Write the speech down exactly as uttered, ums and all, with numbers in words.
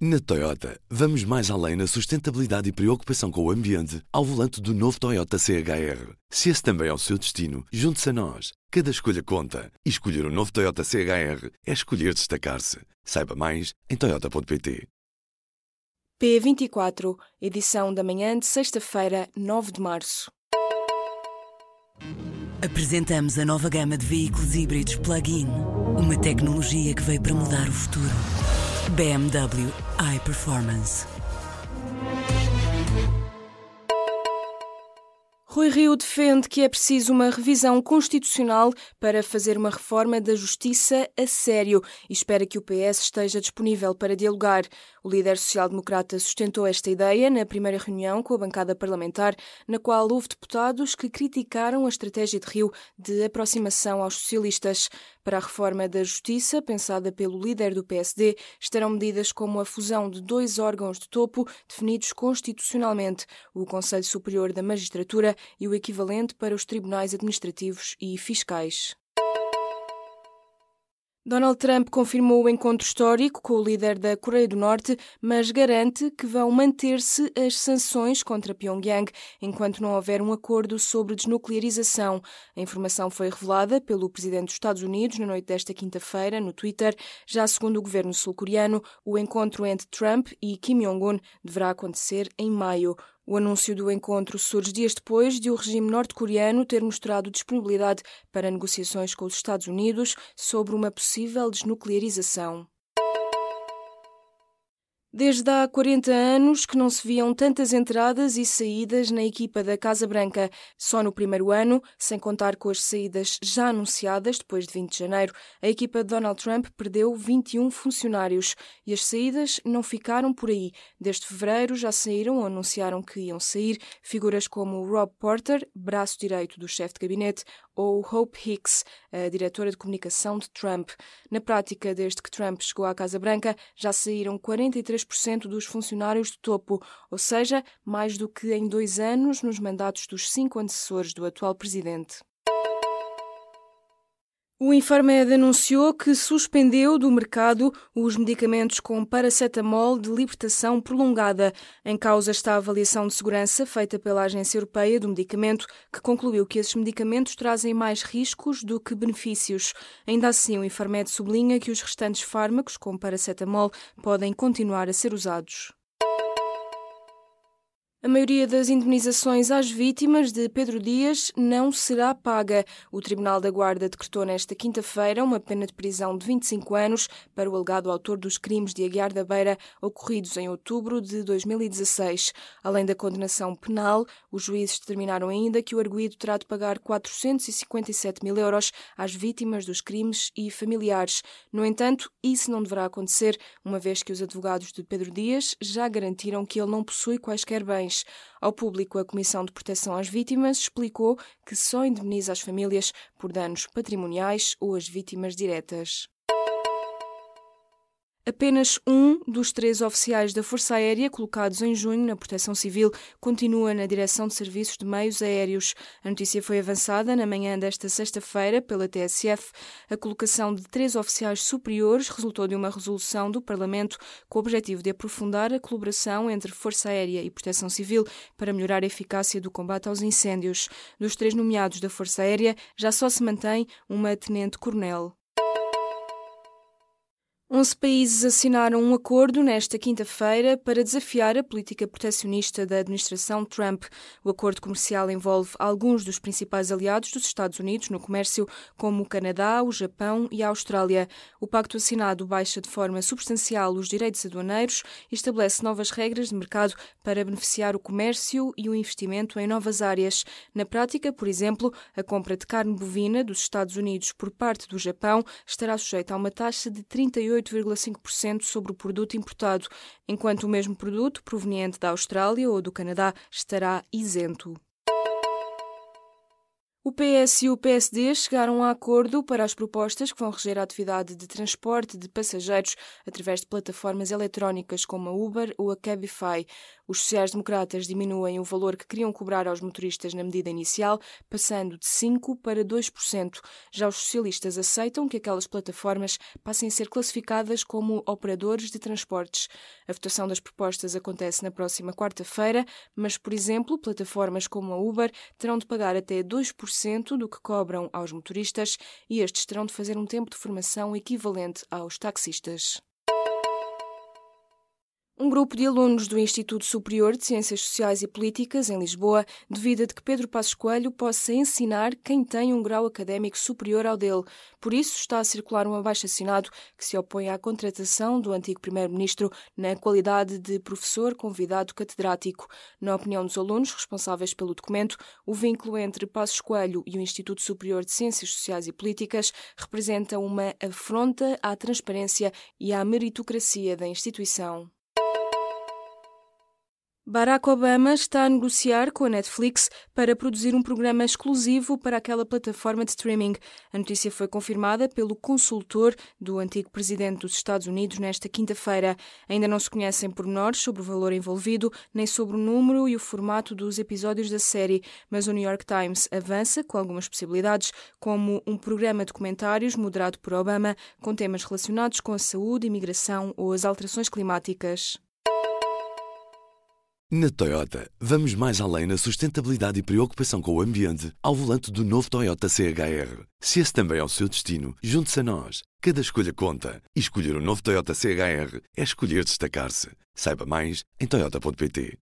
Na Toyota, vamos mais além na sustentabilidade e preocupação com o ambiente ao volante do novo Toyota C H R. Se esse também é o seu destino, junte-se a nós. Cada escolha conta. E escolher o novo Toyota C H R é escolher destacar-se. Saiba mais em toyota ponto pt. P vinte e quatro, edição da manhã de sexta-feira, nove de março. Apresentamos a nova gama de veículos híbridos plug-in. Uma tecnologia que veio para mudar o futuro. B M W iPerformance. Rui Rio defende que é preciso uma revisão constitucional para fazer uma reforma da justiça a sério e espera que o P S esteja disponível para dialogar. O líder social-democrata sustentou esta ideia na primeira reunião com a bancada parlamentar, na qual houve deputados que criticaram a estratégia de Rio de aproximação aos socialistas. Para a reforma da justiça, pensada pelo líder do P S D, estarão medidas como a fusão de dois órgãos de topo definidos constitucionalmente, o Conselho Superior da Magistratura e o equivalente para os tribunais administrativos e fiscais. Donald Trump confirmou o encontro histórico com o líder da Coreia do Norte, mas garante que vão manter-se as sanções contra Pyongyang enquanto não houver um acordo sobre desnuclearização. A informação foi revelada pelo presidente dos Estados Unidos na noite desta quinta-feira no Twitter. Já segundo o governo sul-coreano, o encontro entre Trump e Kim Jong-un deverá acontecer em maio. O anúncio do encontro surge dias depois de o regime norte-coreano ter mostrado disponibilidade para negociações com os Estados Unidos sobre uma possível desnuclearização. Desde há quarenta anos que não se viam tantas entradas e saídas na equipa da Casa Branca. Só no primeiro ano, sem contar com as saídas já anunciadas depois de vinte de janeiro, a equipa de Donald Trump perdeu vinte e um funcionários. E as saídas não ficaram por aí. Desde fevereiro já saíram ou anunciaram que iam sair figuras como Rob Porter, braço direito do chefe de gabinete, ou Hope Hicks, a diretora de comunicação de Trump. Na prática, desde que Trump chegou à Casa Branca, já saíram quarenta e três por cento dos funcionários de topo, ou seja, mais do que em dois anos nos mandatos dos cinco antecessores do atual presidente. O Infarmed anunciou que suspendeu do mercado os medicamentos com paracetamol de libertação prolongada. Em causa está a avaliação de segurança feita pela Agência Europeia do Medicamento, que concluiu que esses medicamentos trazem mais riscos do que benefícios. Ainda assim, o Infarmed sublinha que os restantes fármacos com paracetamol podem continuar a ser usados. A maioria das indemnizações às vítimas de Pedro Dias não será paga. O Tribunal da Guarda decretou nesta quinta-feira uma pena de prisão de vinte e cinco anos para o alegado autor dos crimes de Aguiar da Beira ocorridos em outubro de dois mil e dezasseis. Além da condenação penal, os juízes determinaram ainda que o arguido terá de pagar quatrocentos e cinquenta e sete mil euros às vítimas dos crimes e familiares. No entanto, isso não deverá acontecer, uma vez que os advogados de Pedro Dias já garantiram que ele não possui quaisquer bens. Ao público, a Comissão de Proteção às Vítimas explicou que só indemniza as famílias por danos patrimoniais ou as vítimas diretas. Apenas um dos três oficiais da Força Aérea colocados em junho na Proteção Civil continua na Direção de Serviços de Meios Aéreos. A notícia foi avançada na manhã desta sexta-feira pela T S F. A colocação de três oficiais superiores resultou de uma resolução do Parlamento com o objetivo de aprofundar a colaboração entre Força Aérea e Proteção Civil para melhorar a eficácia do combate aos incêndios. Dos três nomeados da Força Aérea, já só se mantém uma tenente-coronel. onze países assinaram um acordo nesta quinta-feira para desafiar a política protecionista da administração Trump. O acordo comercial envolve alguns dos principais aliados dos Estados Unidos no comércio, como o Canadá, o Japão e a Austrália. O pacto assinado baixa de forma substancial os direitos aduaneiros e estabelece novas regras de mercado para beneficiar o comércio e o investimento em novas áreas. Na prática, por exemplo, a compra de carne bovina dos Estados Unidos por parte do Japão estará sujeita a uma taxa de trinta e oito vírgula cinco por cento sobre o produto importado, enquanto o mesmo produto proveniente da Austrália ou do Canadá estará isento. O P S e o P S D chegaram a acordo para as propostas que vão reger a atividade de transporte de passageiros através de plataformas eletrónicas como a Uber ou a Cabify. Os sociais-democratas diminuem o valor que queriam cobrar aos motoristas na medida inicial, passando de cinco por cento para dois por cento. Já os socialistas aceitam que aquelas plataformas passem a ser classificadas como operadores de transportes. A votação das propostas acontece na próxima quarta-feira, mas, por exemplo, plataformas como a Uber terão de pagar até dois por cento do que cobram aos motoristas e estes terão de fazer um tempo de formação equivalente aos taxistas. Um grupo de alunos do Instituto Superior de Ciências Sociais e Políticas, em Lisboa, duvida de que Pedro Passos Coelho possa ensinar quem tem um grau académico superior ao dele. Por isso, está a circular um abaixo-assinado que se opõe à contratação do antigo primeiro-ministro na qualidade de professor convidado catedrático. Na opinião dos alunos responsáveis pelo documento, o vínculo entre Passos Coelho e o Instituto Superior de Ciências Sociais e Políticas representa uma afronta à transparência e à meritocracia da instituição. Barack Obama está a negociar com a Netflix para produzir um programa exclusivo para aquela plataforma de streaming. A notícia foi confirmada pelo consultor do antigo presidente dos Estados Unidos nesta quinta-feira. Ainda não se conhecem pormenores sobre o valor envolvido, nem sobre o número e o formato dos episódios da série, mas o New York Times avança com algumas possibilidades, como um programa de comentários moderado por Obama, com temas relacionados com a saúde, imigração ou as alterações climáticas. Na Toyota, vamos mais além na sustentabilidade e preocupação com o ambiente ao volante do novo Toyota C H R. Se esse também é o seu destino, junte-se a nós. Cada escolha conta. E escolher o novo Toyota C H R é escolher destacar-se. Saiba mais em toyota ponto pt.